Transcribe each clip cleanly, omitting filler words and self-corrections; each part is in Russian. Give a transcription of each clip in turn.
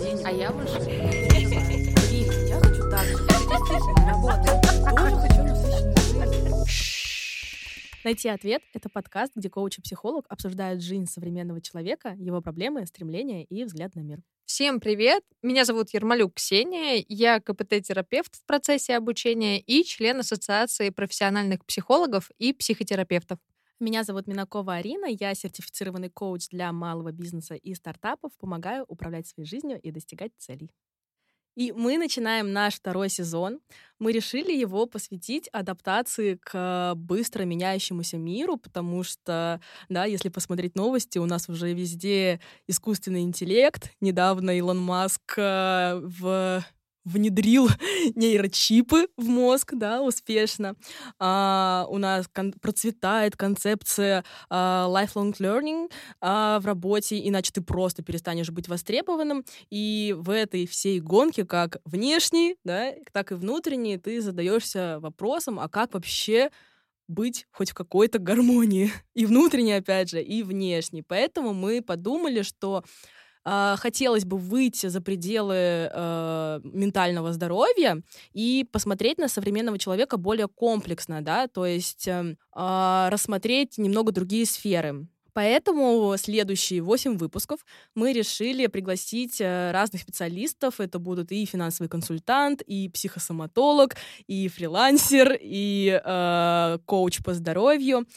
денег. А я уже Блин, я хочу так же. Это действительно работает. Тоже хочу насыщенную жизнь. «Найти ответ» — это подкаст, где коуч и психолог обсуждают жизнь современного человека, его проблемы, стремления и взгляд на мир. Всем привет! Меня зовут Ермолюк Ксения, я КПТ-терапевт в процессе обучения и член Ассоциации профессиональных психологов и психотерапевтов. Меня зовут Минакова Арина, я сертифицированный коуч для малого бизнеса и стартапов, помогаю управлять своей жизнью и достигать целей. И мы начинаем наш второй сезон. Мы решили его посвятить адаптации к быстро меняющемуся миру, потому что, да, если посмотреть новости, у нас уже везде искусственный интеллект. Недавно Илон Маск внедрил нейрочипы в мозг, да, успешно. У нас процветает концепция lifelong learning в работе, иначе ты просто перестанешь быть востребованным. И в этой всей гонке, как внешней, да, так и внутренней, ты задаешься вопросом, а как вообще быть хоть в какой-то гармонии. И внутренней, опять же, и внешней. Поэтому мы подумали, что хотелось бы выйти за пределы ментального здоровья и посмотреть на современного человека более комплексно, да, то есть рассмотреть немного другие сферы. Поэтому следующие 8 выпусков мы решили пригласить разных специалистов. Это будут и финансовый консультант, и психосоматолог, и фрилансер, и коуч по здоровью.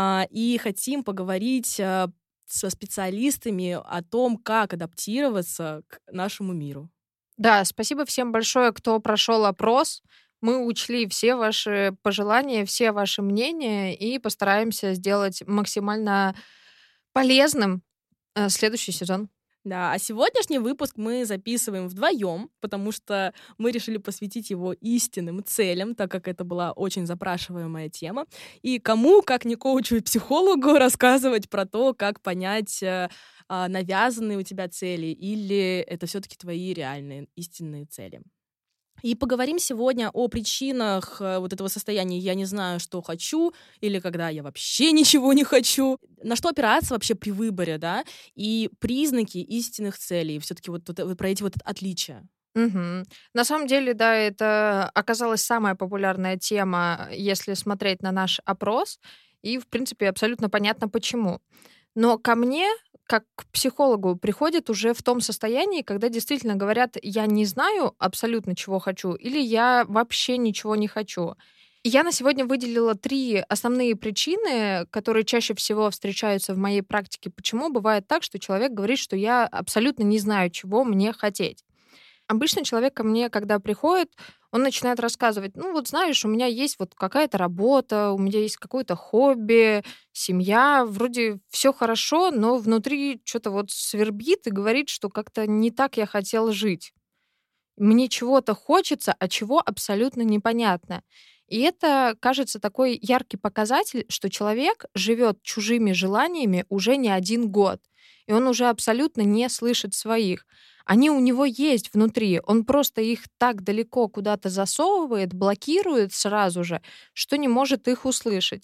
И хотим поговорить со специалистами о том, как адаптироваться к нашему миру. Да, спасибо всем большое, кто прошел опрос. Мы учли все ваши пожелания, все ваши мнения и постараемся сделать максимально полезным следующий сезон. Да, а сегодняшний выпуск мы записываем вдвоем, потому что мы решили посвятить его истинным целям, так как это была очень запрашиваемая тема. И кому, как не коучу и психологу, рассказывать про то, как понять, навязанные у тебя цели или это все-таки твои реальные истинные цели. И поговорим сегодня о причинах вот этого состояния «я не знаю, что хочу» или «когда я вообще ничего не хочу». На что опираться вообще при выборе, да? И признаки истинных целей. Все-таки вот про эти вот отличия. Угу. На самом деле, да, это оказалась самая популярная тема, если смотреть на наш опрос. И, в принципе, абсолютно понятно, почему. Но ко мне, как к психологу, приходят уже в том состоянии, когда действительно говорят, я не знаю абсолютно, чего хочу, или я вообще ничего не хочу. И я на сегодня выделила 3 основные причины, которые чаще всего встречаются в моей практике. Почему бывает так, что человек говорит, что я абсолютно не знаю, чего мне хотеть. Обычно человек ко мне, когда приходит, он начинает рассказывать, ну вот знаешь, у меня есть вот какая-то работа, у меня есть какое-то хобби, семья, вроде все хорошо, но внутри что-то вот свербит и говорит, что как-то не так я хотел жить. Мне чего-то хочется, а чего абсолютно непонятно. И это, кажется, такой яркий показатель, что человек живет чужими желаниями уже не 1 год, и он уже абсолютно не слышит своих. Они у него есть внутри, он просто их так далеко куда-то засовывает, блокирует сразу же, что не может их услышать.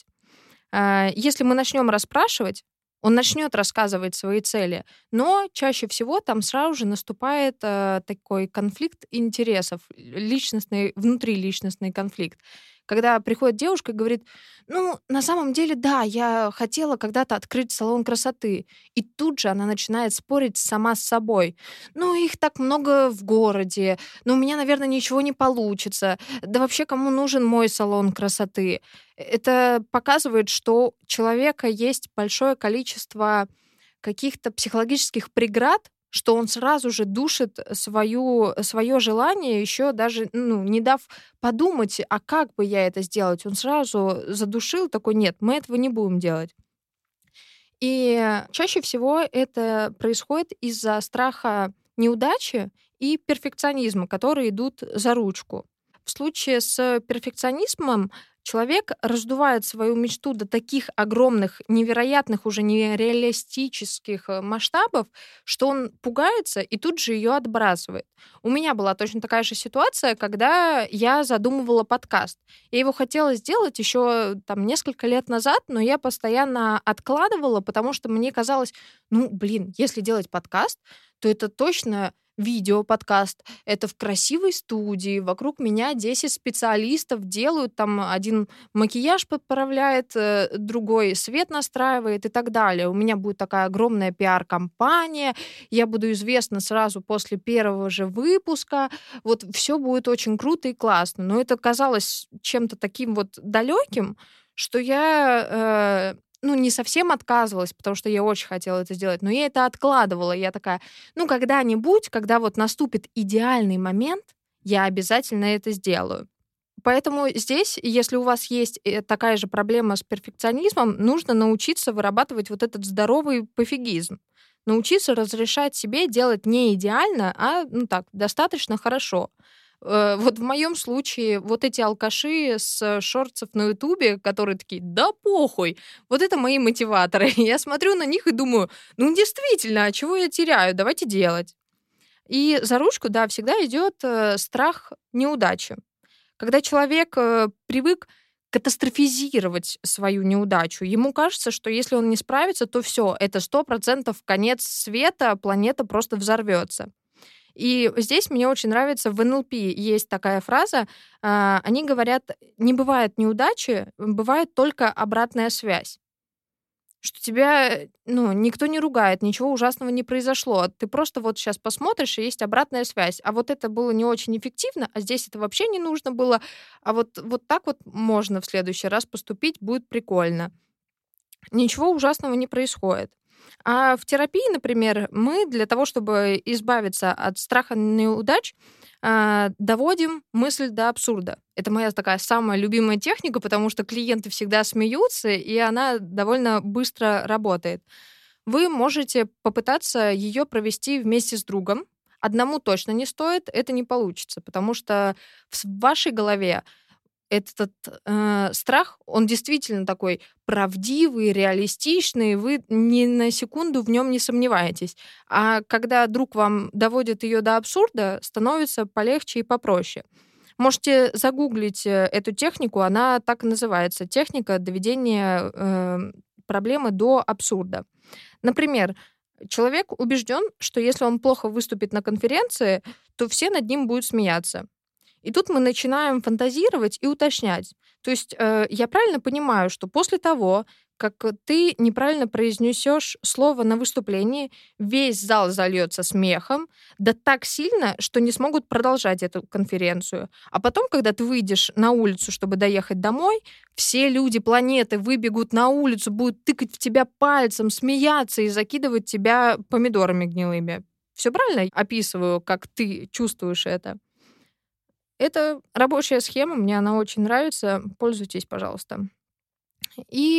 Если мы начнем расспрашивать, он начнет рассказывать свои цели, но чаще всего там сразу же наступает такой конфликт интересов, внутриличностный конфликт. Когда приходит девушка и говорит, ну, на самом деле, да, я хотела когда-то открыть салон красоты. И тут же она начинает спорить сама с собой. Ну, их так много в городе, но у меня, наверное, ничего не получится. Да вообще, кому нужен мой салон красоты? Это показывает, что у человека есть большое количество каких-то психологических преград, что он сразу же душит свое желание, еще даже не дав подумать, а как бы я это сделать. Он сразу задушил, такой, нет, мы этого не будем делать. И чаще всего это происходит из-за страха неудачи и перфекционизма, которые идут за ручку. В случае с перфекционизмом человек раздувает свою мечту до таких огромных, невероятных, уже нереалистических масштабов, что он пугается и тут же ее отбрасывает. У меня была точно такая же ситуация, когда я задумывала подкаст. Я его хотела сделать еще несколько лет назад, но я постоянно откладывала, потому что мне казалось, если делать подкаст, то это точно видеоподкаст, это в красивой студии, вокруг меня 10 специалистов делают, там один макияж подправляет, другой свет настраивает и так далее. У меня будет такая огромная пиар-компания, я буду известна сразу после первого же выпуска, вот все будет очень круто и классно. Но это казалось чем-то таким вот далеким, что я не совсем отказывалась, потому что я очень хотела это сделать, но я это откладывала. Я такая, когда-нибудь, когда вот наступит идеальный момент, я обязательно это сделаю. Поэтому здесь, если у вас есть такая же проблема с перфекционизмом, нужно научиться вырабатывать вот этот здоровый пофигизм. Научиться разрешать себе делать не идеально, а достаточно хорошо. Вот в моем случае вот эти алкаши с шортсов на Ютубе, которые такие, да похуй, вот это мои мотиваторы. Я смотрю на них и думаю, действительно, а чего я теряю? Давайте делать. И за ручку, да, всегда идет страх неудачи. Когда человек привык катастрофизировать свою неудачу, ему кажется, что если он не справится, то все, это 100% конец света, планета просто взорвется. И здесь мне очень нравится, в НЛП есть такая фраза, они говорят, не бывает неудачи, бывает только обратная связь. Что тебя, никто не ругает, ничего ужасного не произошло. Ты просто вот сейчас посмотришь, и есть обратная связь. А вот это было не очень эффективно, а здесь это вообще не нужно было. А вот так вот можно в следующий раз поступить, будет прикольно. Ничего ужасного не происходит. А в терапии, например, мы для того, чтобы избавиться от страха неудач, доводим мысль до абсурда. Это моя такая самая любимая техника, потому что клиенты всегда смеются, и она довольно быстро работает. Вы можете попытаться ее провести вместе с другом. Одному точно не стоит, это не получится, потому что в вашей голове этот страх, он действительно такой правдивый, реалистичный, вы ни на секунду в нем не сомневаетесь. А когда друг вам доводит ее до абсурда, становится полегче и попроще. Можете загуглить эту технику, она так и называется. Техника доведения проблемы до абсурда. Например, человек убежден, что если он плохо выступит на конференции, то все над ним будут смеяться. И тут мы начинаем фантазировать и уточнять. То есть я правильно понимаю, что после того, как ты неправильно произнесешь слово на выступлении, весь зал зальется смехом, да так сильно, что не смогут продолжать эту конференцию. А потом, когда ты выйдешь на улицу, чтобы доехать домой, все люди планеты выбегут на улицу, будут тыкать в тебя пальцем, смеяться и закидывать тебя помидорами гнилыми. Все правильно описываю, как ты чувствуешь это? Это рабочая схема, мне она очень нравится. Пользуйтесь, пожалуйста. И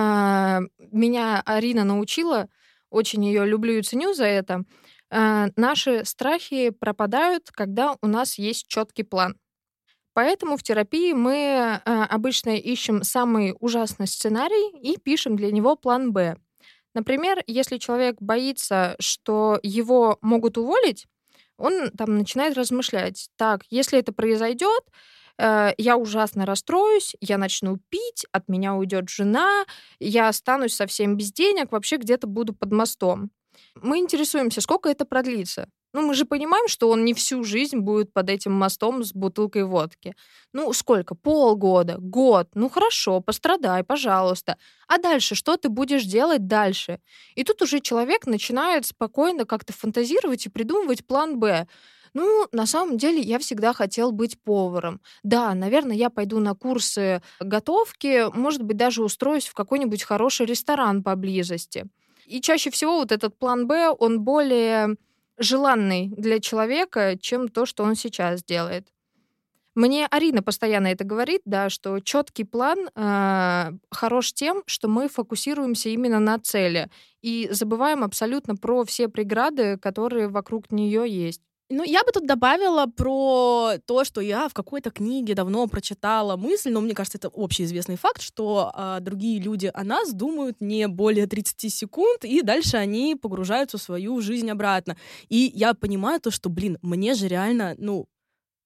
меня Арина научила, очень ее люблю и ценю за это. Наши страхи пропадают, когда у нас есть четкий план. Поэтому в терапии мы обычно ищем самый ужасный сценарий и пишем для него план «Б». Например, если человек боится, что его могут уволить, он там начинает размышлять. Так, если это произойдет, я ужасно расстроюсь, я начну пить, от меня уйдет жена, я останусь совсем без денег, вообще где-то буду под мостом. Мы интересуемся, сколько это продлится. Мы же понимаем, что он не всю жизнь будет под этим мостом с бутылкой водки. Сколько? Полгода, год. Хорошо, пострадай, пожалуйста. А дальше что ты будешь делать дальше? И тут уже человек начинает спокойно как-то фантазировать и придумывать план «Б». На самом деле я всегда хотел быть поваром. Да, наверное, я пойду на курсы готовки, может быть, даже устроюсь в какой-нибудь хороший ресторан поблизости. И чаще всего вот этот план «Б», он более желанный для человека, чем то, что он сейчас делает. Мне Арина постоянно это говорит, да, что четкий план хорош тем, что мы фокусируемся именно на цели и забываем абсолютно про все преграды, которые вокруг нее есть. Я бы тут добавила про то, что я в какой-то книге давно прочитала мысль, но мне кажется, это общеизвестный факт, что другие люди о нас думают не более 30 секунд, и дальше они погружаются в свою жизнь обратно. И я понимаю то, что, мне же реально,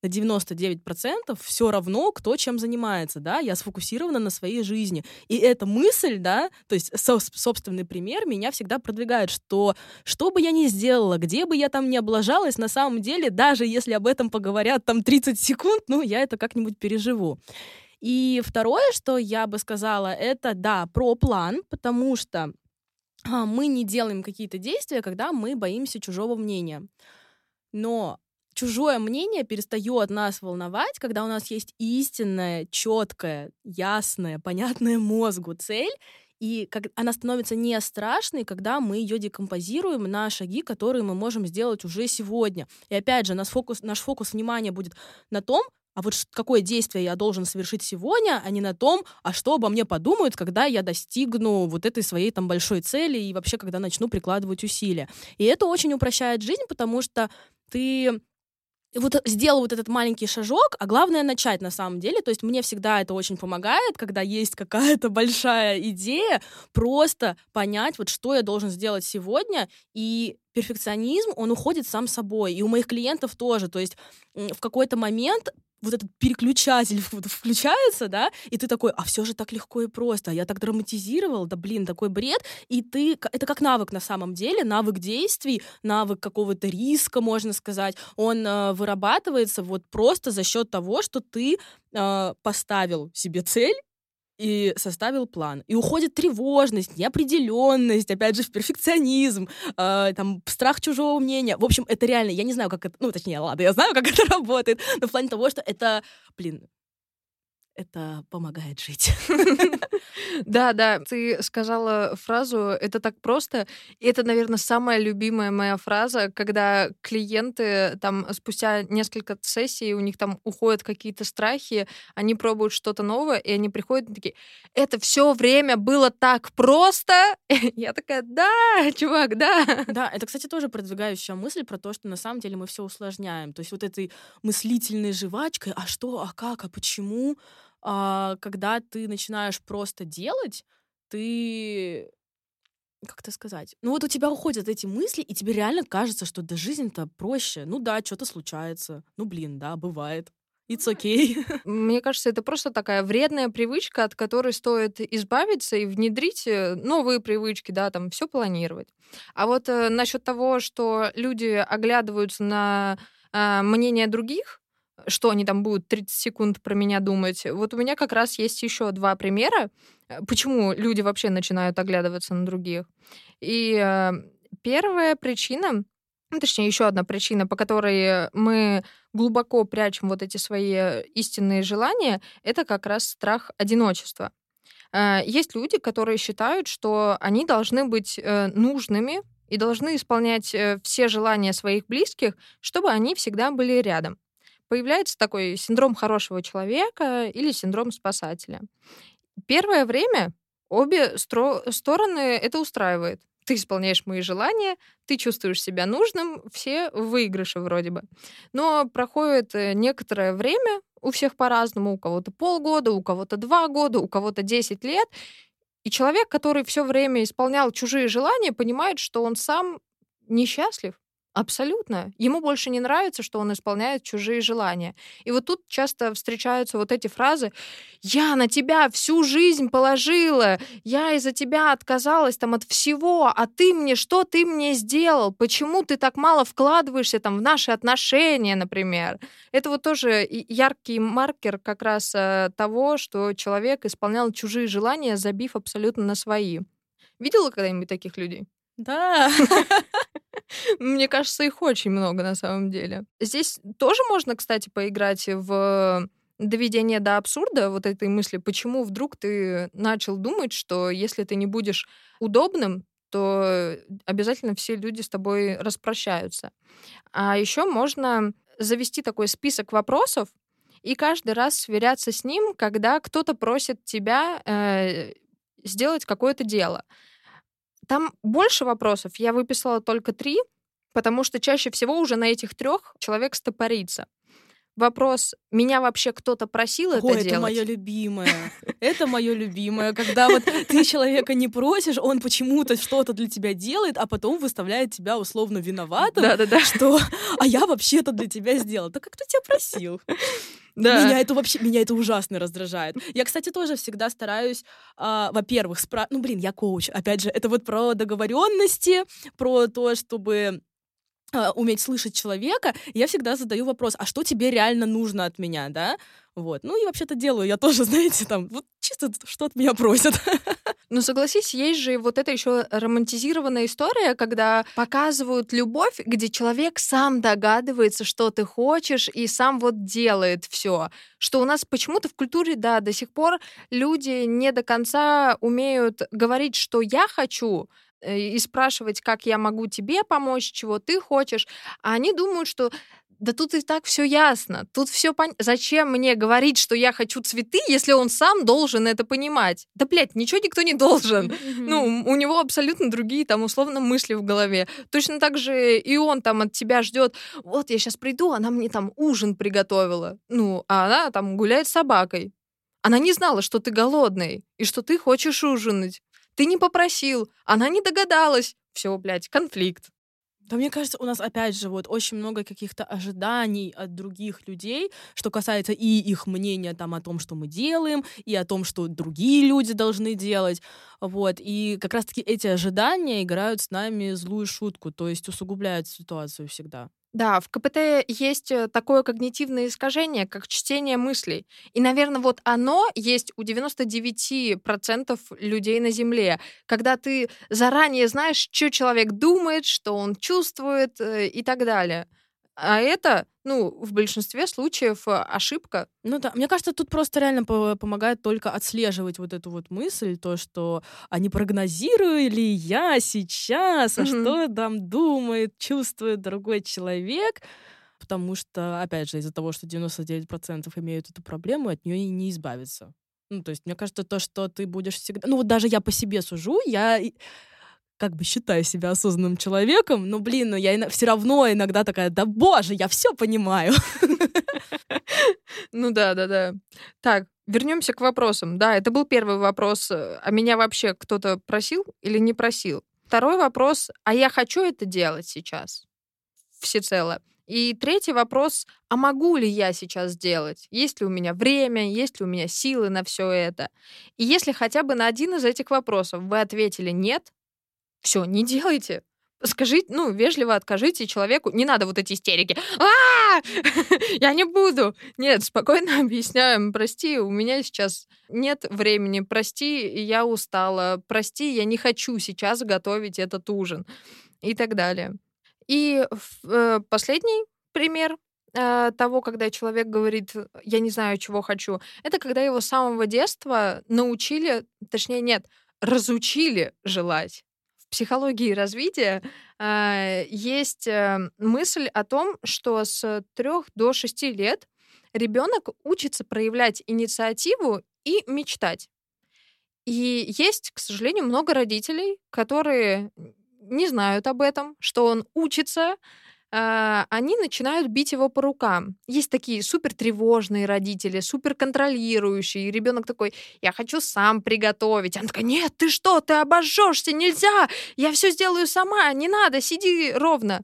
на 99% все равно, кто чем занимается, да, я сфокусирована на своей жизни. И эта мысль, да, то есть собственный пример меня всегда продвигает, что бы я ни сделала, где бы я там ни облажалась, на самом деле, даже если об этом поговорят там 30 секунд, ну, я это как-нибудь переживу. И второе, что я бы сказала, это, да, про план, потому что мы не делаем какие-то действия, когда мы боимся чужого мнения. Но чужое мнение перестает нас волновать, когда у нас есть истинная, четкая, ясная, понятная мозгу цель, и она становится не страшной, когда мы ее декомпозируем на шаги, которые мы можем сделать уже сегодня. И опять же, наш фокус внимания будет на том, а вот какое действие я должен совершить сегодня, а не на том, а что обо мне подумают, когда я достигну вот этой своей там большой цели и вообще, когда начну прикладывать усилия. И это очень упрощает жизнь, потому что ты вот сделал вот этот маленький шажок, а главное начать на самом деле. То есть мне всегда это очень помогает, когда есть какая-то большая идея, просто понять, вот что я должен сделать сегодня, и перфекционизм, он уходит сам собой. И у моих клиентов тоже. То есть в какой-то момент вот этот переключатель включается, да, и ты такой, а все же так легко и просто, а я так драматизировал, да блин, такой бред, и это как навык на самом деле, навык действий, навык какого-то риска, можно сказать, он вырабатывается вот просто за счет того, что ты поставил себе цель, и составил план. И уходит тревожность, неопределенность, опять же, перфекционизм, там, страх чужого мнения. В общем, это реально, я не знаю, как это... Ну, точнее, ладно, я знаю, как это работает, но в плане того, что это, это помогает жить. Да, ты сказала фразу «это так просто». И это, наверное, самая любимая моя фраза, когда клиенты там спустя несколько сессий, у них там уходят какие-то страхи, они пробуют что-то новое, и они приходят и такие: это все время было так просто. Я такая: да, чувак, да. Да, это, кстати, тоже продвигающая мысль про то, что на самом деле мы все усложняем. То есть вот этой мыслительной жвачкой, а что, а как, а почему, когда ты начинаешь просто делать, ты... Как это сказать? Ну вот у тебя уходят эти мысли, и тебе реально кажется, что да, жизнь-то проще. Ну да, что-то случается. Ну блин, да, бывает. It's okay. Мне кажется, это просто такая вредная привычка, от которой стоит избавиться и внедрить новые привычки, да, там все планировать. А вот насчет того, что люди оглядываются на мнение других, что они там будут 30 секунд про меня думать. Вот у меня как раз есть еще 2 примера, почему люди вообще начинают оглядываться на других. И первая причина, ну, точнее, еще одна причина, по которой мы глубоко прячем вот эти свои истинные желания, это как раз страх одиночества. Есть люди, которые считают, что они должны быть нужными и должны исполнять все желания своих близких, чтобы они всегда были рядом. Появляется такой синдром хорошего человека или синдром спасателя. Первое время обе стороны это устраивает. Ты исполняешь мои желания, ты чувствуешь себя нужным, все в выигрыше вроде бы. Но проходит некоторое время, у всех по-разному, у кого-то полгода, у кого-то 2 года, у кого-то 10 лет, и человек, который все время исполнял чужие желания, понимает, что он сам несчастлив. Абсолютно. Ему больше не нравится, что он исполняет чужие желания. И вот тут часто встречаются вот эти фразы: «Я на тебя всю жизнь положила, я из-за тебя отказалась там от всего, а ты мне, что ты мне сделал? Почему ты так мало вкладываешься там в наши отношения, например?» Это вот тоже яркий маркер как раз того, что человек исполнял чужие желания, забив абсолютно на свои. Видела когда-нибудь таких людей? Да. Мне кажется, их очень много на самом деле. Здесь тоже можно, кстати, поиграть в доведение до абсурда вот этой мысли, почему вдруг ты начал думать, что если ты не будешь удобным, то обязательно все люди с тобой распрощаются. А еще можно завести такой список вопросов и каждый раз сверяться с ним, когда кто-то просит тебя сделать какое-то дело. Там больше вопросов, я выписала только 3, потому что чаще всего уже на этих 3 человек стопорится. вопрос, меня вообще кто-то просил это это делать? мое любимое. Это мое любимое, когда вот ты человека не просишь, он почему-то что-то для тебя делает, а потом выставляет тебя условно виноватым, Да-да-да. что «а я вообще-то для тебя сделал». Так как кто тебя просил? Да. Меня это ужасно раздражает. Я, кстати, тоже всегда стараюсь, во-первых, я коуч. Опять же, это вот про договоренности, про то, чтобы уметь слышать человека. Я всегда задаю вопрос: а что тебе реально нужно от меня, да? Вот. Ну и вообще-то делаю я тоже, знаете, там, вот чисто что от меня просят. Ну, согласись, есть же вот эта еще романтизированная история, когда показывают любовь, где человек сам догадывается, что ты хочешь, и сам вот делает все. Что у нас почему-то в культуре, да, до сих пор люди не до конца умеют говорить, что я хочу, и спрашивать, как я могу тебе помочь, чего ты хочешь. А они думают, что да тут и так все ясно. Тут все Зачем мне говорить, что я хочу цветы, если он сам должен это понимать? Да, блядь, ничего никто не должен. Ну, у него абсолютно другие там условно мысли в голове. Точно так же и он там от тебя ждет. Вот я сейчас приду, она мне там ужин приготовила. Ну, а она там гуляет с собакой. Она не знала, что ты голодный и что ты хочешь ужинать. Ты не попросил, она не догадалась. Все, блядь, конфликт. Да, мне кажется, у нас, опять же, вот очень много каких-то ожиданий от других людей, что касается и их мнения там о том, что мы делаем, и о том, что другие люди должны делать. Вот. И как раз-таки эти ожидания играют с нами злую шутку, то есть усугубляют ситуацию всегда. Да, в КПТ есть такое когнитивное искажение, как чтение мыслей. И, наверное, вот оно есть у 99% людей на Земле, когда ты заранее знаешь, что человек думает, что он чувствует и так далее. А это, ну, в большинстве случаев ошибка. Ну да, мне кажется, тут просто реально помогает только отслеживать вот эту вот мысль, то, что а не прогнозирую ли я сейчас, а что там думает, чувствует другой человек, потому что, опять же, из-за того, что 99% имеют эту проблему, от нее и не избавиться. Ну, то есть, мне кажется, то, что ты будешь всегда... Ну, вот даже я по себе сужу, я как бы считаю себя осознанным человеком, но, блин, я все равно иногда такая: да боже, я все понимаю. Ну да. Так, вернемся к вопросам. Да, это был первый вопрос. А меня вообще кто-то просил или не просил? Второй вопрос: а я хочу это делать сейчас? Всецело. И третий вопрос: а могу ли я сейчас сделать? Есть ли у меня время, есть ли у меня силы на все это? И если хотя бы на один из этих вопросов вы ответили нет, все, не делайте. Скажите, ну, вежливо откажите человеку. Не надо вот эти истерики. Я не буду. Нет, спокойно объясняем. Прости, у меня сейчас нет времени. Прости, я устала. Прости, я не хочу сейчас готовить этот ужин. И так далее. И последний пример того, когда человек говорит: я не знаю, чего хочу, это когда его с самого детства научили, точнее, нет, разучили желать. В психологии развития есть мысль о том, что с 3 до 6 лет ребенок учится проявлять инициативу и мечтать. И есть, к сожалению, много родителей, которые не знают об этом, что он учится, они начинают бить его по рукам. Есть такие супер тревожные родители, супер контролирующие. И ребенок такой: я хочу сам приготовить. Она такая: нет, ты что, ты обожжешься, нельзя, я все сделаю сама, не надо, сиди ровно.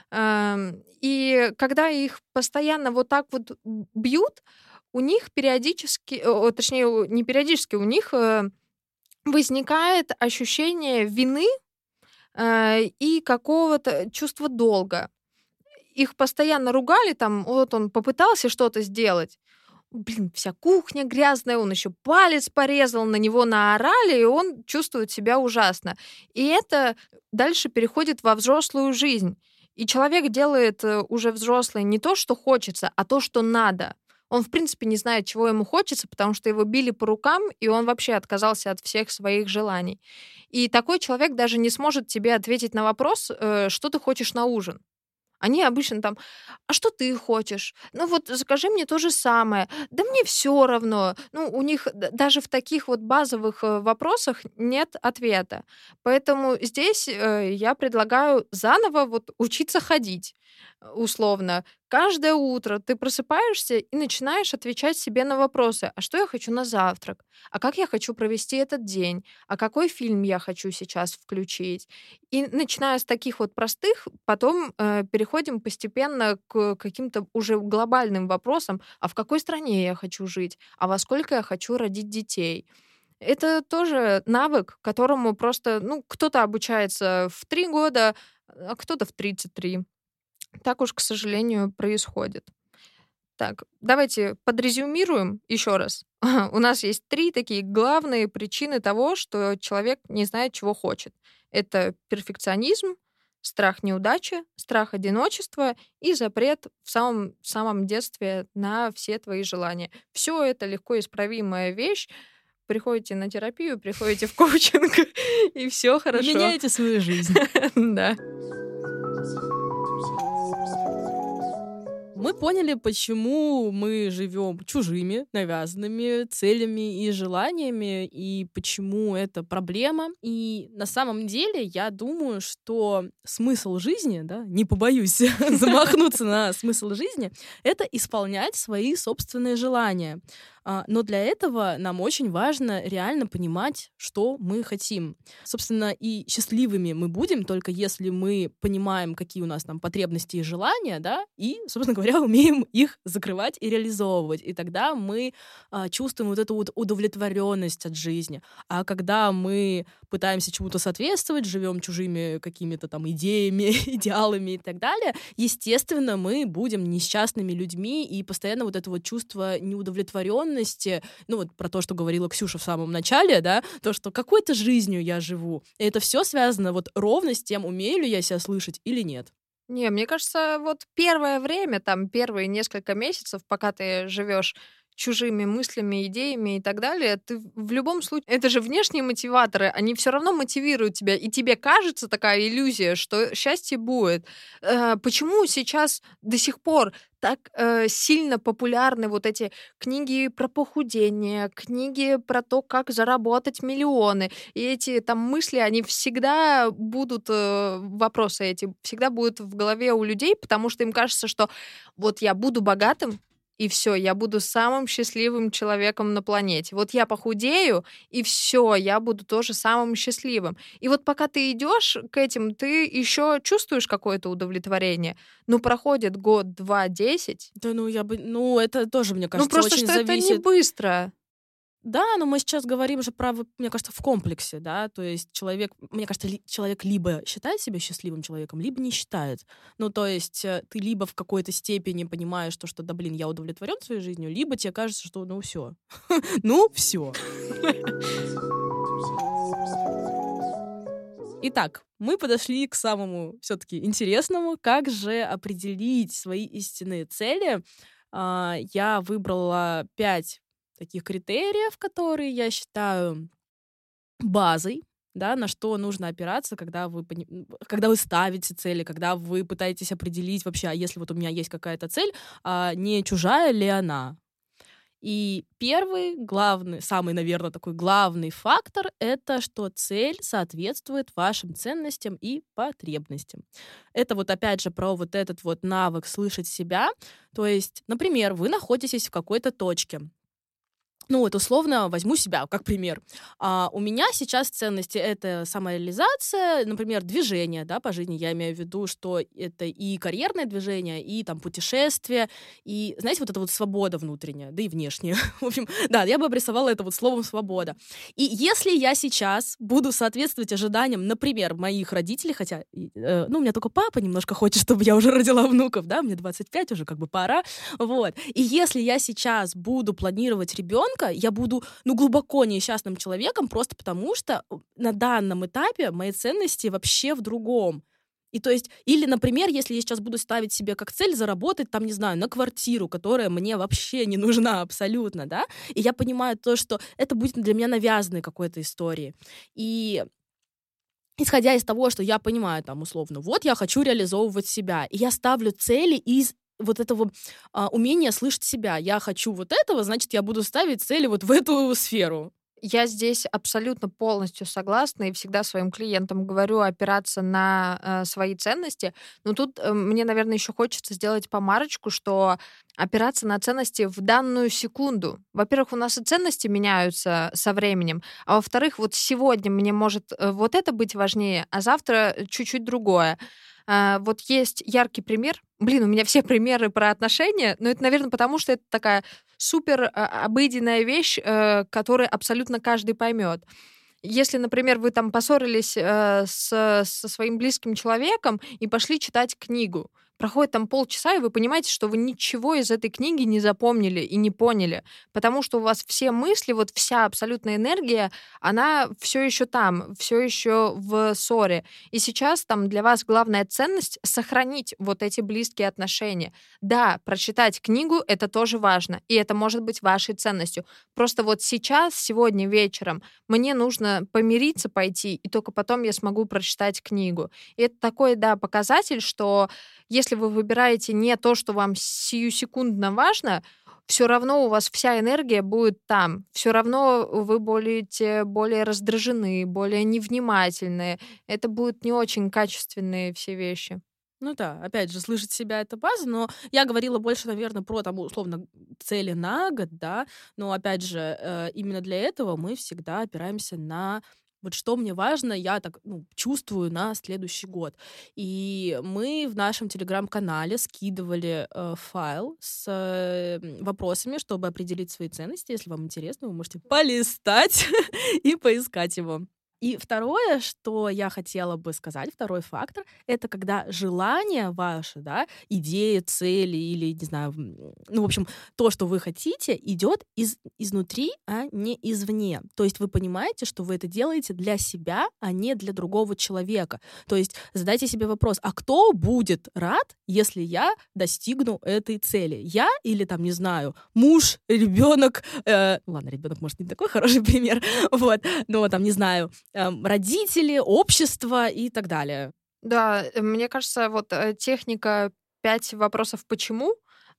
И когда их постоянно вот так вот бьют, у них периодически, точнее, не периодически, у них возникает ощущение вины и какого-то чувства долга. Их постоянно ругали, там, вот он попытался что-то сделать, блин, вся кухня грязная, он еще палец порезал, на него наорали, и он чувствует себя ужасно. И это дальше переходит во взрослую жизнь. И человек делает уже взрослый не то, что хочется, а то, что надо. Он, в принципе, не знает, чего ему хочется, потому что его били по рукам, и он вообще отказался от всех своих желаний. И такой человек даже не сможет тебе ответить на вопрос, что ты хочешь на ужин. Они обычно там: а что ты хочешь? Ну вот закажи мне то же самое. Да мне все равно. Ну, у них даже в таких вот базовых вопросах нет ответа. Поэтому здесь я предлагаю заново вот учиться ходить. условно, каждое утро ты просыпаешься и начинаешь отвечать себе на вопросы: а что я хочу на завтрак? А как я хочу провести этот день? А какой фильм я хочу сейчас включить? И начиная с таких вот простых, потом переходим постепенно к каким-то уже глобальным вопросам: а в какой стране я хочу жить? А во сколько я хочу родить детей? Это тоже навык, которому просто, кто-то обучается в 3 года, а кто-то в 33. Так уж, к сожалению, происходит. Так, давайте подрезюмируем еще раз. У нас есть 3 такие главные причины того, что человек не знает, чего хочет. Это перфекционизм, страх неудачи, страх одиночества и запрет в самом детстве на все твои желания. Все это легко исправимая вещь. Приходите на терапию, приходите в коучинг, и все хорошо. Меняете свою жизнь. Да. Мы поняли, почему мы живем чужими, навязанными целями и желаниями, и почему это проблема. И на самом деле я думаю, что смысл жизни, да, не побоюсь замахнуться на смысл жизни, это исполнять свои собственные желания. Но для этого нам очень важно реально понимать, что мы хотим. Собственно, и счастливыми мы будем только если мы понимаем, какие у нас там потребности и желания, да, и, собственно говоря, умеем их закрывать и реализовывать. И тогда мы чувствуем вот эту вот удовлетворенность от жизни. А когда мы пытаемся чему-то соответствовать, живем чужими какими-то там идеями, идеалами и так далее, естественно, мы будем несчастными людьми, и постоянно вот это вот чувство неудовлетворенности, ну вот про то, что говорила Ксюша в самом начале, да, то, что какой-то жизнью я живу. И это все связано вот ровно с тем, умею ли я себя слышать или нет. Не, мне кажется, вот первое время, там, первые несколько месяцев, пока ты живешь чужими мыслями, идеями и так далее, ты в любом случае... Это же внешние мотиваторы, они все равно мотивируют тебя, и тебе кажется такая иллюзия, что счастье будет. Почему сейчас до сих пор так сильно популярны вот эти книги про похудение, книги про то, как заработать миллионы, и эти там мысли, они всегда будут, вопросы эти, всегда будут в голове у людей, потому что им кажется, что вот я буду богатым, и все, я буду самым счастливым человеком на планете. Вот я похудею, и все, я буду тоже самым счастливым. И вот пока ты идешь к этим, ты еще чувствуешь какое-то удовлетворение. Ну, проходит год, 2, 10. Да, это тоже, мне кажется, просто очень что зависит. это не быстро. Да, но мы сейчас говорим же про, мне кажется, в комплексе, да, то есть человек, мне кажется, человек либо считает себя счастливым человеком, либо не считает. Ну, то есть ты либо в какой-то степени понимаешь, что да, блин, я удовлетворен своей жизнью, либо тебе кажется, что ну все. Ну, все. Итак, мы подошли к самому все-таки интересному, как же определить свои истинные цели. Я выбрала 5 таких критериев, которые я считаю базой, да, на что нужно опираться, когда вы ставите цели, когда вы пытаетесь определить вообще, а если вот у меня есть какая-то цель, не чужая ли она? И первый, главный, самый, наверное, такой главный фактор — это что цель соответствует вашим ценностям и потребностям. Это вот опять же про вот этот вот навык слышать себя. То есть, например, вы находитесь в какой-то точке. Ну вот условно возьму себя как пример. У меня сейчас ценности — это самореализация, например, движение, да, по жизни. Я имею в виду, что это и карьерное движение, и там путешествие, и, знаете, вот эта вот свобода внутренняя, да и внешняя. В общем, да, я бы обрисовала это вот словом «свобода». И если я сейчас буду соответствовать ожиданиям, например, моих родителей, хотя, у меня только папа немножко хочет, чтобы я уже родила внуков, да, мне 25 уже, как бы пора, вот. И если я сейчас буду планировать ребенка, я буду, глубоко несчастным человеком просто потому, что на данном этапе мои ценности вообще в другом. И то есть, или, например, если я сейчас буду ставить себе как цель заработать, там, не знаю, на квартиру, которая мне вообще не нужна абсолютно, да, и я понимаю то, что это будет для меня навязанной какой-то историей. И исходя из того, что я понимаю, там, условно, вот я хочу реализовывать себя, и я ставлю цели из вот этого умения слышать себя. Я хочу вот этого, значит, я буду ставить цели вот в эту сферу. Я здесь абсолютно полностью согласна и всегда своим клиентам говорю опираться на свои ценности. Но тут мне, наверное, еще хочется сделать помарочку, что опираться на ценности в данную секунду. Во-первых, у нас и ценности меняются со временем, а во-вторых, вот сегодня мне может вот это быть важнее, а завтра чуть-чуть другое. Вот есть яркий пример. Блин, у меня все примеры про отношения, но это, наверное, потому что это такая супер обыденная вещь, которую абсолютно каждый поймет. Если, например, вы там поссорились со своим близким человеком и пошли читать книгу, проходит там полчаса, и вы понимаете, что вы ничего из этой книги не запомнили и не поняли, потому что у вас все мысли, вот вся абсолютная энергия, она все еще там, все еще в ссоре. И сейчас там для вас главная ценность — сохранить вот эти близкие отношения. Да, прочитать книгу — это тоже важно, и это может быть вашей ценностью. Просто вот сейчас, сегодня вечером, мне нужно помириться, пойти, и только потом я смогу прочитать книгу. И это такой, да, показатель, что если вы выбираете не то, что вам сиюсекундно важно, все равно у вас вся энергия будет там. Все равно вы будете более раздражены, более невнимательны. Это будут не очень качественные все вещи. Ну да, опять же, слышать себя — это база, но я говорила больше, наверное, про, там, условно, цели на год, да, но, опять же, именно для этого мы всегда опираемся на вот что мне важно, я так чувствую на следующий год. И мы в нашем телеграм-канале скидывали файл с вопросами, чтобы определить свои ценности. Если вам интересно, вы можете полистать и поискать его. И второе, что я хотела бы сказать, второй фактор, это когда желание ваше, да, идеи, цели или, не знаю, в общем, то, что вы хотите, идет изнутри, а не извне. То есть вы понимаете, что вы это делаете для себя, а не для другого человека. То есть задайте себе вопрос, а кто будет рад, если я достигну этой цели? Я или, там, не знаю, муж, ребенок, ладно, ребенок, может, не такой хороший пример, вот, но, там, не знаю, родители, общество и так далее. Да, мне кажется, вот техника 5 вопросов «почему»,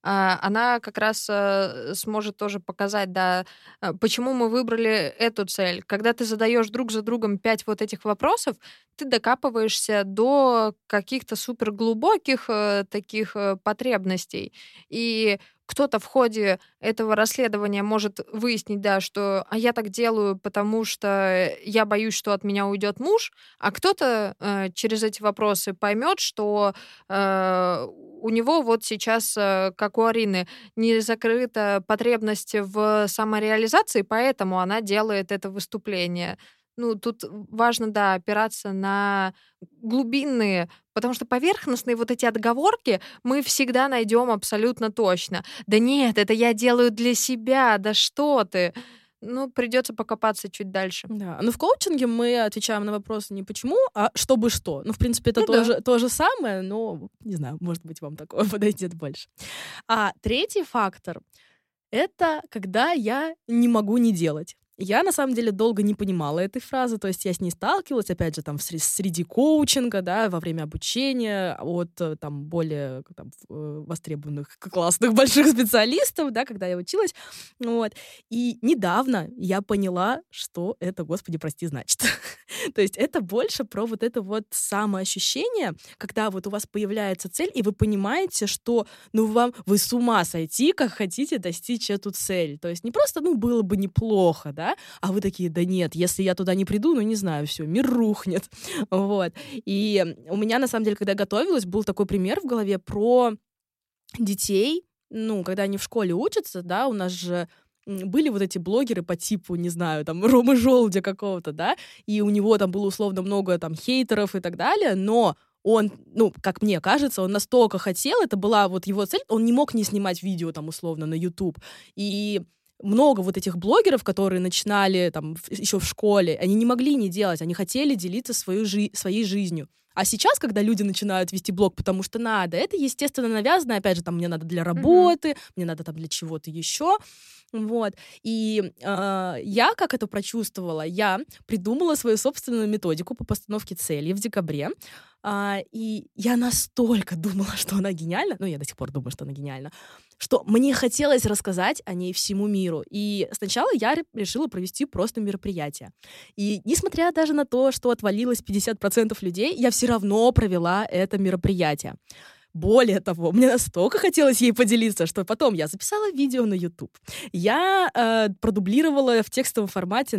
она как раз сможет тоже показать, да, почему мы выбрали эту цель. Когда ты задаешь друг за другом 5 вот этих вопросов, ты докапываешься до каких-то суперглубоких таких потребностей. И кто-то в ходе этого расследования может выяснить, да, что я так делаю, потому что я боюсь, что от меня уйдет муж, а кто-то через эти вопросы поймет, что у него вот сейчас, как у Арины, не закрыта потребность в самореализации, поэтому она делает это выступление. Тут важно, да, опираться на глубинные, потому что поверхностные вот эти отговорки мы всегда найдем абсолютно точно. Да нет, это я делаю для себя, да что ты. Придется покопаться чуть дальше. Да, в коучинге мы отвечаем на вопросы не почему, а чтобы что. В принципе, это то же самое, но, не знаю, может быть, вам такое подойдет больше. А третий фактор — это когда я не могу не делать. Я, на самом деле, долго не понимала этой фразы, то есть я с ней сталкивалась, опять же, там, среди коучинга, да, во время обучения от, там, более востребованных, классных, больших специалистов, да, когда я училась, вот. И недавно я поняла, что это, Господи, прости, значит. То есть это больше про вот это вот самоощущение, когда вот у вас появляется цель, и вы понимаете, что, вы с ума сойти, как хотите достичь эту цель. То есть не просто, было бы неплохо, да, а вы такие, да нет, если я туда не приду, не знаю, все, мир рухнет. Вот. И у меня, на самом деле, когда я готовилась, был такой пример в голове про детей, когда они в школе учатся, да, у нас же были вот эти блогеры по типу, не знаю, там, Ромы Желудя какого-то, да, и у него там было условно много там хейтеров и так далее, но он, как мне кажется, он настолько хотел, это была вот его цель, он не мог не снимать видео там условно на YouTube. И много вот этих блогеров, которые начинали там еще в школе, они не могли не делать, они хотели делиться своей жизнью. А сейчас, когда люди начинают вести блог, потому что надо, это, естественно, навязано, опять же, там, мне надо для работы, мне надо там для чего-то еще, вот. И я, как это прочувствовала, я придумала свою собственную методику по постановке целей в декабре. И я настолько думала, что она гениальна, я до сих пор думаю, что она гениальна, что мне хотелось рассказать о ней всему миру. И сначала я решила провести просто мероприятие. И несмотря даже на то, что отвалилось 50% людей, я все равно провела это мероприятие. Более того, мне настолько хотелось ей поделиться, что потом я записала видео на YouTube. Я продублировала в текстовом формате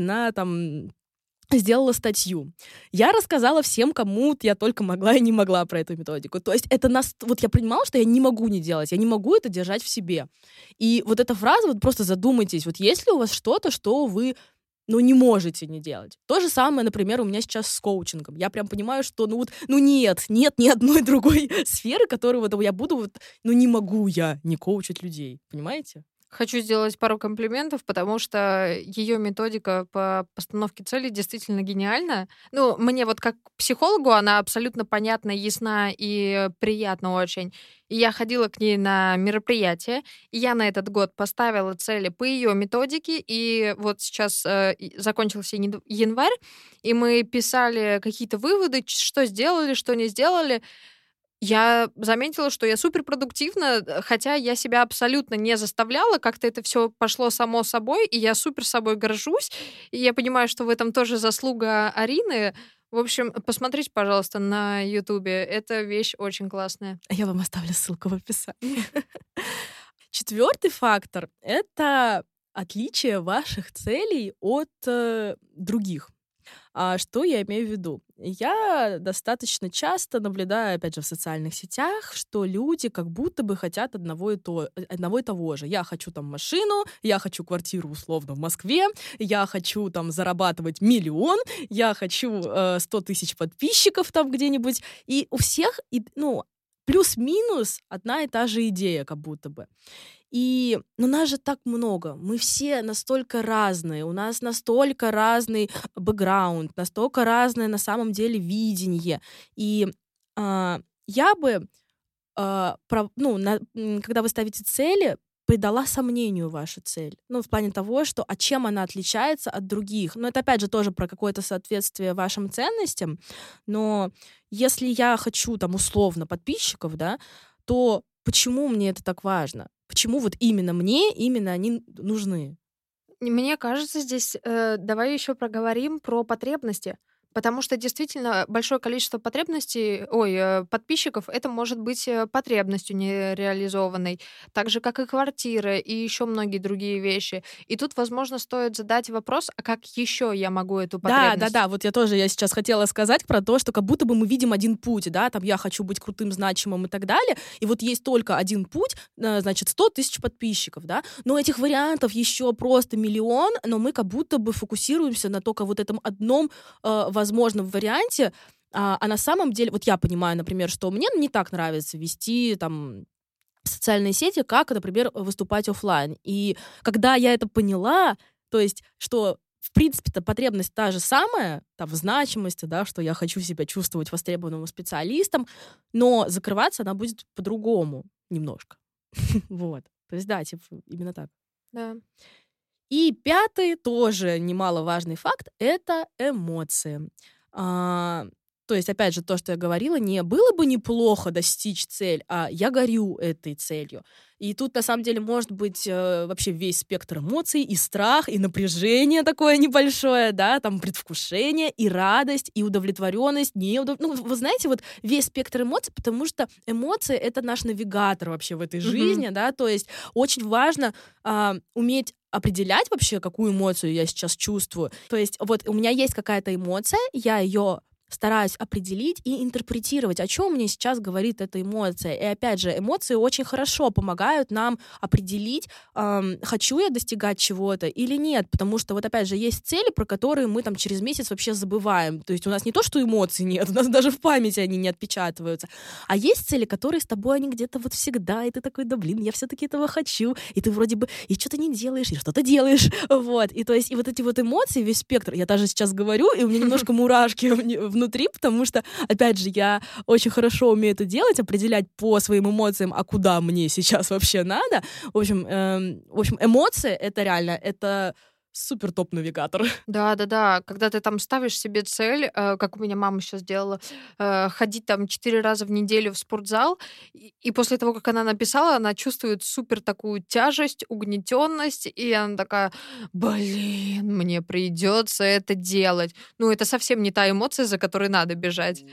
сделала статью. Я рассказала всем, кому я только могла и не могла про эту методику. То есть это я понимала, что я не могу не делать, я не могу это держать в себе. И вот эта фраза, просто задумайтесь, есть ли у вас что-то, что вы не можете не делать. То же самое, например, у меня сейчас с коучингом. Я прям понимаю, что нет ни одной другой сферы, которую я буду, не могу я не коучить людей. Понимаете? Хочу сделать пару комплиментов, потому что ее методика по постановке целей действительно гениальна. Мне как психологу она абсолютно понятна, ясна и приятна очень. И я ходила к ней на мероприятие, и я на этот год поставила цели по ее методике, и сейчас закончился январь, и мы писали какие-то выводы, что сделали, что не сделали. Я заметила, что я суперпродуктивна, хотя я себя абсолютно не заставляла, как-то это все пошло само собой, и я супер собой горжусь, и я понимаю, что в этом тоже заслуга Арины. В общем, посмотрите, пожалуйста, на Ютубе. Эта вещь очень классная. Я вам оставлю ссылку в описании. 4-й фактор — это отличие ваших целей от других. Что я имею в виду? Я достаточно часто наблюдаю, опять же, в социальных сетях, что люди как будто бы хотят одного и того же. Я хочу машину, я хочу квартиру условно в Москве, я хочу зарабатывать 1 миллион, я хочу 100 тысяч подписчиков где-нибудь. И у всех, плюс-минус одна и та же идея как будто бы. И нас же так много, мы все настолько разные, у нас настолько разный бэкграунд, настолько разное на самом деле видение. И я бы, когда вы ставите цели, придала сомнению вашу цель. В плане того, что чем она отличается от других. Это, опять же, тоже про какое-то соответствие вашим ценностям. Но если я хочу, условно, подписчиков, то почему мне это так важно? Почему именно мне, именно они нужны? Мне кажется, здесь давай еще проговорим про потребности. Потому что действительно большое количество подписчиков, это может быть потребностью нереализованной, так же, как и квартира, и еще многие другие вещи. И тут, возможно, стоит задать вопрос, а как еще я могу эту потребность? Да, я сейчас хотела сказать про то, что как будто бы мы видим один путь, я хочу быть крутым, значимым и так далее, и есть только один путь, 100 тысяч подписчиков, но этих вариантов еще просто миллион, но мы как будто бы фокусируемся на только этом одном возможном варианте, а на самом деле, я понимаю, например, что мне не так нравится вести социальные сети, как, например, выступать офлайн. И когда я это поняла, то есть, что в принципе-то потребность та же самая, в значимости, что я хочу себя чувствовать востребованным специалистом, но закрываться она будет по-другому немножко. То есть, именно так. Да. И 5-й, тоже немаловажный факт, это эмоции. То есть, опять же, то, что я говорила, не было бы неплохо достичь цель, а я горю этой целью. И тут, на самом деле, может быть вообще весь спектр эмоций, и страх, и напряжение такое небольшое, предвкушение, и радость, и удовлетворенность. Вы знаете, весь спектр эмоций, потому что эмоции — это наш навигатор вообще в этой жизни, то есть очень важно уметь определять вообще, какую эмоцию я сейчас чувствую. То есть у меня есть какая-то эмоция, я ее стараюсь определить и интерпретировать, о чем мне сейчас говорит эта эмоция. И опять же, эмоции очень хорошо помогают нам определить, хочу я достигать чего-то или нет, потому что опять же есть цели, про которые мы через месяц вообще забываем. То есть у нас не то, что эмоций нет, у нас даже в памяти они не отпечатываются, а есть цели, которые с тобой они где-то всегда, и ты такой, я все-таки этого хочу, и ты вроде бы и что-то не делаешь, и что-то делаешь, И то есть и эти эмоции, весь спектр, я даже сейчас говорю, и у меня немножко мурашки внутри, потому что, опять же, я очень хорошо умею это делать, определять по своим эмоциям, а куда мне сейчас вообще надо. В общем, эмоции — это реально, это супер топ-навигатор. Да, когда ты там ставишь себе цель, как у меня мама сейчас делала, ходить там 4 раза в неделю в спортзал, и после того, как она написала, она чувствует супер такую тяжесть, угнетенность, и она такая, блин, мне придется это делать. Ну, это совсем не та эмоция, за которой надо бежать.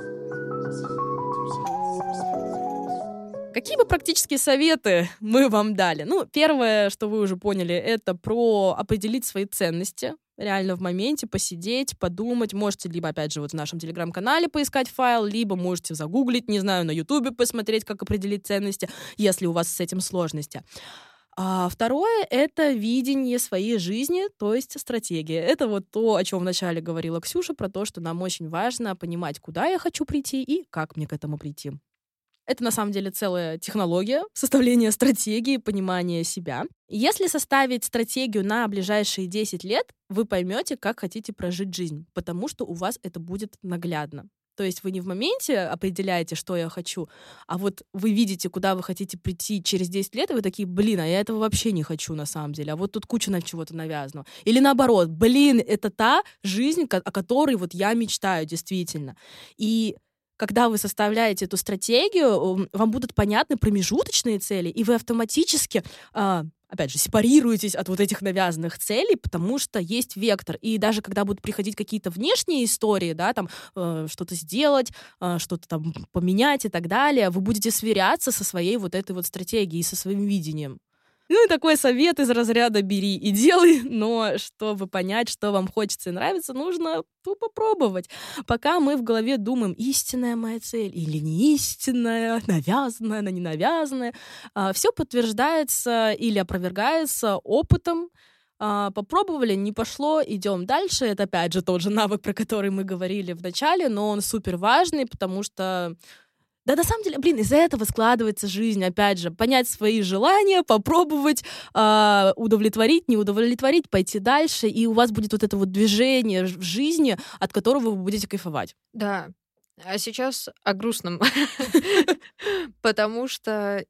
Какие бы практические советы мы вам дали? Ну, первое, что вы уже поняли, это про определить свои ценности. Реально в моменте посидеть, подумать. Можете либо, опять же, вот в нашем телеграм-канале поискать файл, либо можете загуглить, не знаю, на ютубе посмотреть, как определить ценности, если у вас с этим сложности. А второе — это видение своей жизни, то есть стратегия. Это вот то, о чем вначале говорила Ксюша, про то, что нам очень важно понимать, куда я хочу прийти и как мне к этому прийти. Это на самом деле целая технология составления стратегии, понимания себя. Если составить стратегию на ближайшие 10 лет, вы поймете, как хотите прожить жизнь, потому что у вас это будет наглядно. То есть вы не в моменте определяете, что я хочу, а вот вы видите, куда вы хотите прийти через 10 лет, и вы такие, блин, а я этого вообще не хочу на самом деле, а вот тут куча на чего-то навязано. Или наоборот, блин, это та жизнь, о которой вот я мечтаю действительно. И когда вы составляете эту стратегию, вам будут понятны промежуточные цели, и вы автоматически, опять же, сепарируетесь от вот этих навязанных целей, потому что есть вектор. И даже когда будут приходить какие-то внешние истории, да, там, что-то сделать, что-то там поменять и так далее, вы будете сверяться со своей вот этой вот стратегией, со своим видением. Ну и такой совет из разряда «бери и делай», но чтобы понять, что вам хочется и нравится, нужно тупо пробовать. Пока мы в голове думаем, истинная моя цель или не истинная, навязанная, она не навязанная, все подтверждается или опровергается опытом. Попробовали, не пошло, идем дальше. Это опять же тот же навык, про который мы говорили в начале, но он супер важный, потому что да, на самом деле, блин, из-за этого складывается жизнь, опять же, понять свои желания, попробовать, удовлетворить, не удовлетворить, пойти дальше, и у вас будет вот это вот движение в жизни, от которого вы будете кайфовать. Да. А сейчас о грустном. Потому что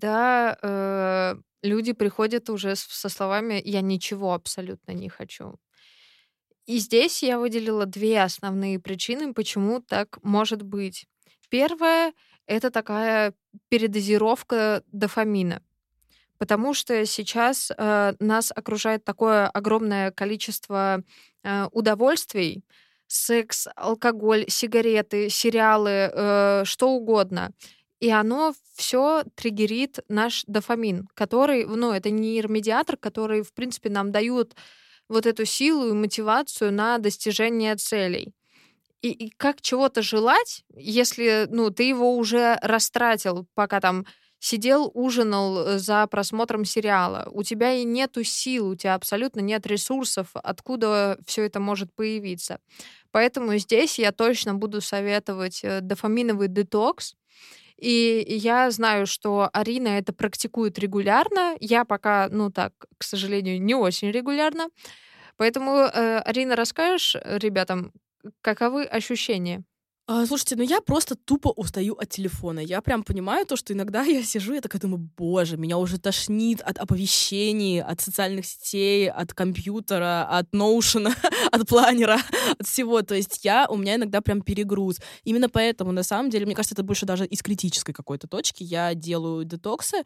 иногда люди приходят уже со словами «я ничего абсолютно не хочу». И здесь я выделила 2 основные причины, почему так может быть. Первое — это такая передозировка дофамина. Потому что сейчас нас окружает такое огромное количество удовольствий: секс, алкоголь, сигареты, сериалы, что угодно. И оно все триггерит наш дофамин, который, ну, это нейромедиатор, который, в принципе, нам дают вот эту силу и мотивацию на достижение целей. И как чего-то желать, если, ну, ты его уже растратил, пока там сидел, ужинал за просмотром сериала. У тебя и нету сил, у тебя абсолютно нет ресурсов, откуда все это может появиться. Поэтому здесь я точно буду советовать дофаминовый детокс. И я знаю, что Арина это практикует регулярно. Я пока, ну так, к сожалению, не очень регулярно. Поэтому, Арина, расскажешь ребятам, каковы ощущения? Слушайте, ну я просто тупо устаю от телефона. Я прям понимаю то, что иногда я сижу, я такая думаю, боже, меня уже тошнит от оповещений, от социальных сетей, от компьютера, от ноушена, от планера, от всего. То есть у меня иногда прям перегруз. Именно поэтому, на самом деле, мне кажется, это больше даже из критической какой-то точки. Я делаю детоксы.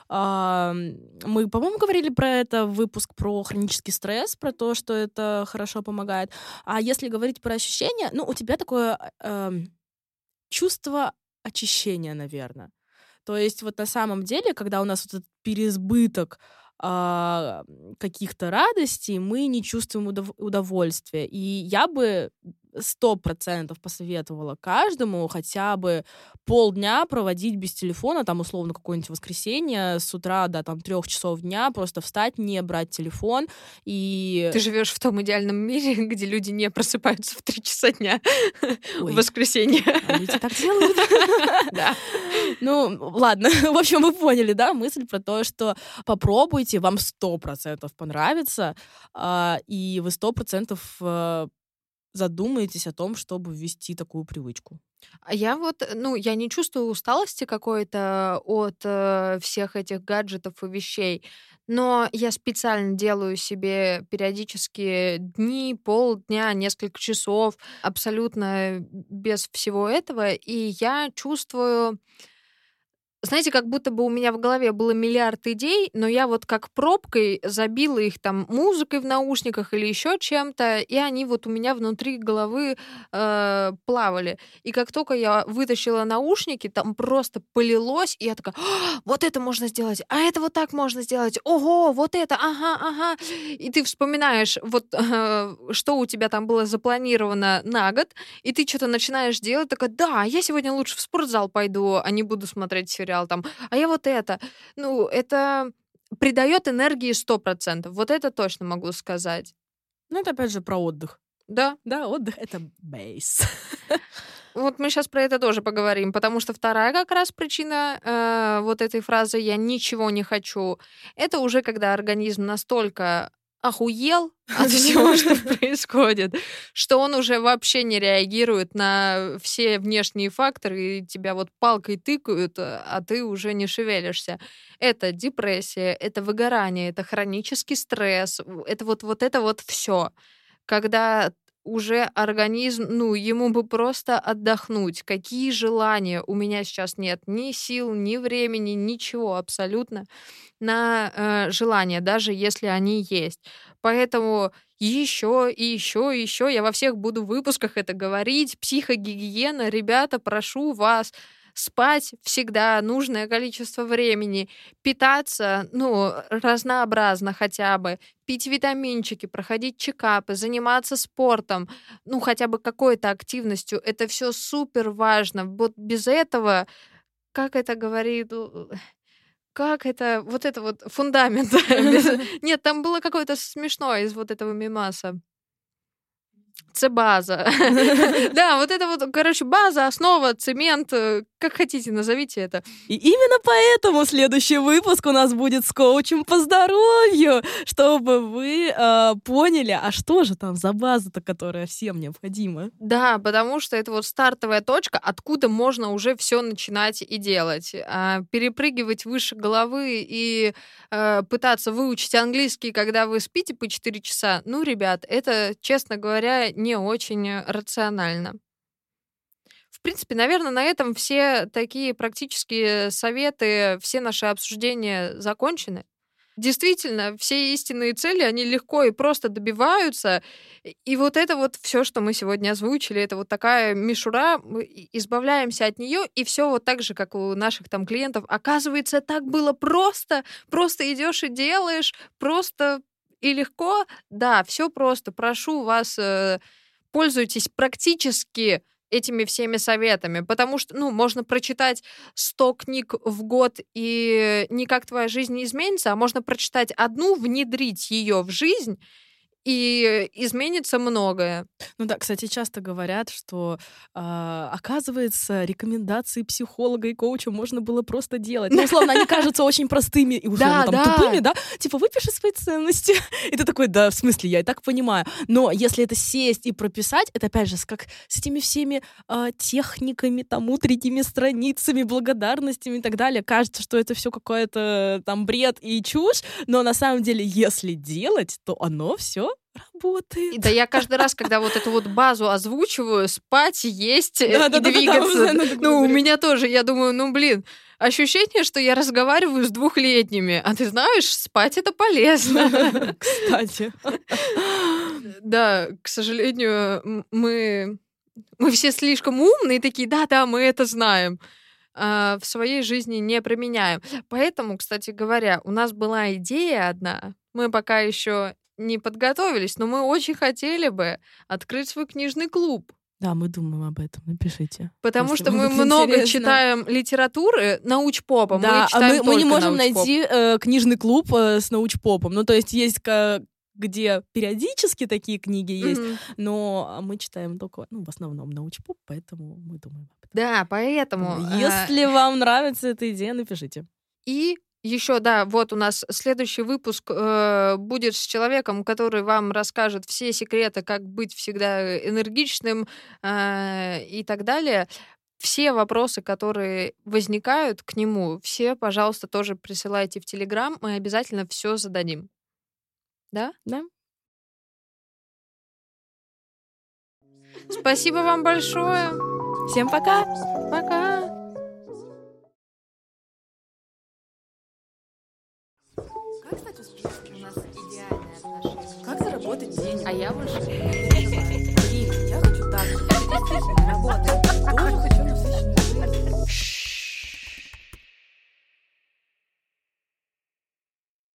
Мы, по-моему, говорили про это в выпуск про хронический стресс, про то, что это хорошо помогает. А если говорить про ощущения, ну, у тебя такое чувство очищения, наверное. То есть вот на самом деле, когда у нас вот этот переизбыток каких-то радостей, мы не чувствуем удовольствия. И я бы 100% посоветовала каждому хотя бы полдня проводить без телефона, там, условно, какое-нибудь воскресенье с утра до, там, 3 часов дня, просто встать, не брать телефон и... Ты живешь в том идеальном мире, где люди не просыпаются в 3 часа дня в воскресенье. А люди так делают? Да. Ну, ладно. В общем, вы поняли, да, мысль про то, что попробуйте, вам 100% понравится, и вы 100% задумаетесь о том, чтобы ввести такую привычку. А я вот, ну, я не чувствую усталости какой-то от всех этих гаджетов и вещей, но я специально делаю себе периодически дни, полдня, несколько часов абсолютно без всего этого, и я чувствую, знаете, как будто бы у меня в голове было миллиард идей, но я вот как пробкой забила их там музыкой в наушниках или еще чем-то, и они вот у меня внутри головы плавали. И как только я вытащила наушники, там просто полилось, и я такая: «А, вот это можно сделать, а это вот так можно сделать, ого, вот это, ага, ага». И ты вспоминаешь, вот что у тебя там было запланировано на год, и ты что-то начинаешь делать, такая: да, я сегодня лучше в спортзал пойду, а не буду смотреть сериал там, а я вот это. Ну, это придает энергии 100%. Вот это точно могу сказать. Ну, это опять же про отдых. Да. Да, отдых — это бейс. Вот мы сейчас про это тоже поговорим, потому что вторая как раз причина вот этой фразы «я ничего не хочу» — это уже когда организм настолько охуел от всего, что происходит, что он уже вообще не реагирует на все внешние факторы, и тебя вот палкой тыкают, а ты уже не шевелишься. Это депрессия, это выгорание, это хронический стресс, это вот это вот все. Когда уже организм, ну, ему бы просто отдохнуть. Какие желания? У меня сейчас нет ни сил, ни времени, ничего абсолютно на желания, даже если они есть. Поэтому еще и еще и еще я во всех буду выпусках это говорить. Психогигиена, ребята, прошу вас. Спать всегда нужное количество времени, питаться, ну, разнообразно хотя бы, пить витаминчики, проходить чекапы, заниматься спортом, ну, хотя бы какой-то активностью. Это все супер важно. Вот без этого, как это говорит, как это, вот это вот фундамент. Нет, там было какое-то смешное из вот этого мемаса. База. Да, вот это вот, короче, база, основа, цемент, как хотите, назовите это. И именно поэтому следующий выпуск у нас будет с коучем по здоровью, чтобы вы поняли, а что же там за база-то, которая всем необходима. Да, потому что это вот стартовая точка, откуда можно уже все начинать и делать. Перепрыгивать выше головы и пытаться выучить английский, когда вы спите по 4 часа, ну, ребят, это, честно говоря, не очень рационально. В принципе, наверное, на этом все такие практические советы, все наши обсуждения закончены. Действительно, все истинные цели, они легко и просто добиваются. И вот это вот все, что мы сегодня озвучили, это вот такая мишура, мы избавляемся от нее, и все вот так же, как у наших там клиентов. Оказывается, так было просто. Просто идешь и делаешь, просто и легко. Да, все просто. Прошу вас, пользуйтесь практически этими всеми советами, потому что, ну, можно прочитать 100 книг в год, и никак твоя жизнь не изменится, а можно прочитать одну, внедрить ее в жизнь, и изменится многое. Ну да, кстати, часто говорят, что, оказывается, рекомендации психолога и коуча можно было просто делать. Ну, условно, они кажутся очень простыми и условно там тупыми, да? Типа, выпиши свои ценности. И ты такой: да, в смысле, я и так понимаю. Но если это сесть и прописать, это опять же как с этими всеми техниками, там, утренними страницами, благодарностями и так далее. Кажется, что это все какой-то там бред и чушь, но на самом деле, если делать, то оно все работает. Да, я каждый раз, когда вот эту вот базу озвучиваю, спать, есть и Да, двигаться. уже, Ну, у меня тоже. Я думаю, ну, блин, ощущение, что я разговариваю с 2-летними. А ты знаешь, спать это полезно. Кстати. Да, к сожалению, мы все слишком умные, такие: да, мы это знаем. А в своей жизни не применяем. Поэтому, кстати говоря, у нас была идея одна. Мы пока еще не подготовились, но мы очень хотели бы открыть свой книжный клуб. Да, мы думаем об этом, напишите. Потому если что вам мы это много интересно. читаем литературы, научпопа. Да, мы читаем мы не только можем научпоп. найти книжный клуб с научпопом. Ну, то есть есть где периодически такие книги есть, Мгм. но мы читаем только, ну, в основном научпоп, поэтому мы думаем об этом. Да, поэтому... Если вам нравится эта идея, напишите. И еще, да, вот у нас следующий выпуск будет с человеком, который вам расскажет все секреты, как быть всегда энергичным и так далее. все вопросы, которые возникают к нему, все, пожалуйста, тоже присылайте в Телеграм, мы обязательно все зададим. Да? Да. Спасибо вам большое. Всем пока! Пока. Как стать успешным? У нас идеальные отношения. Как заработать денег? А я больше. Блин, я хочу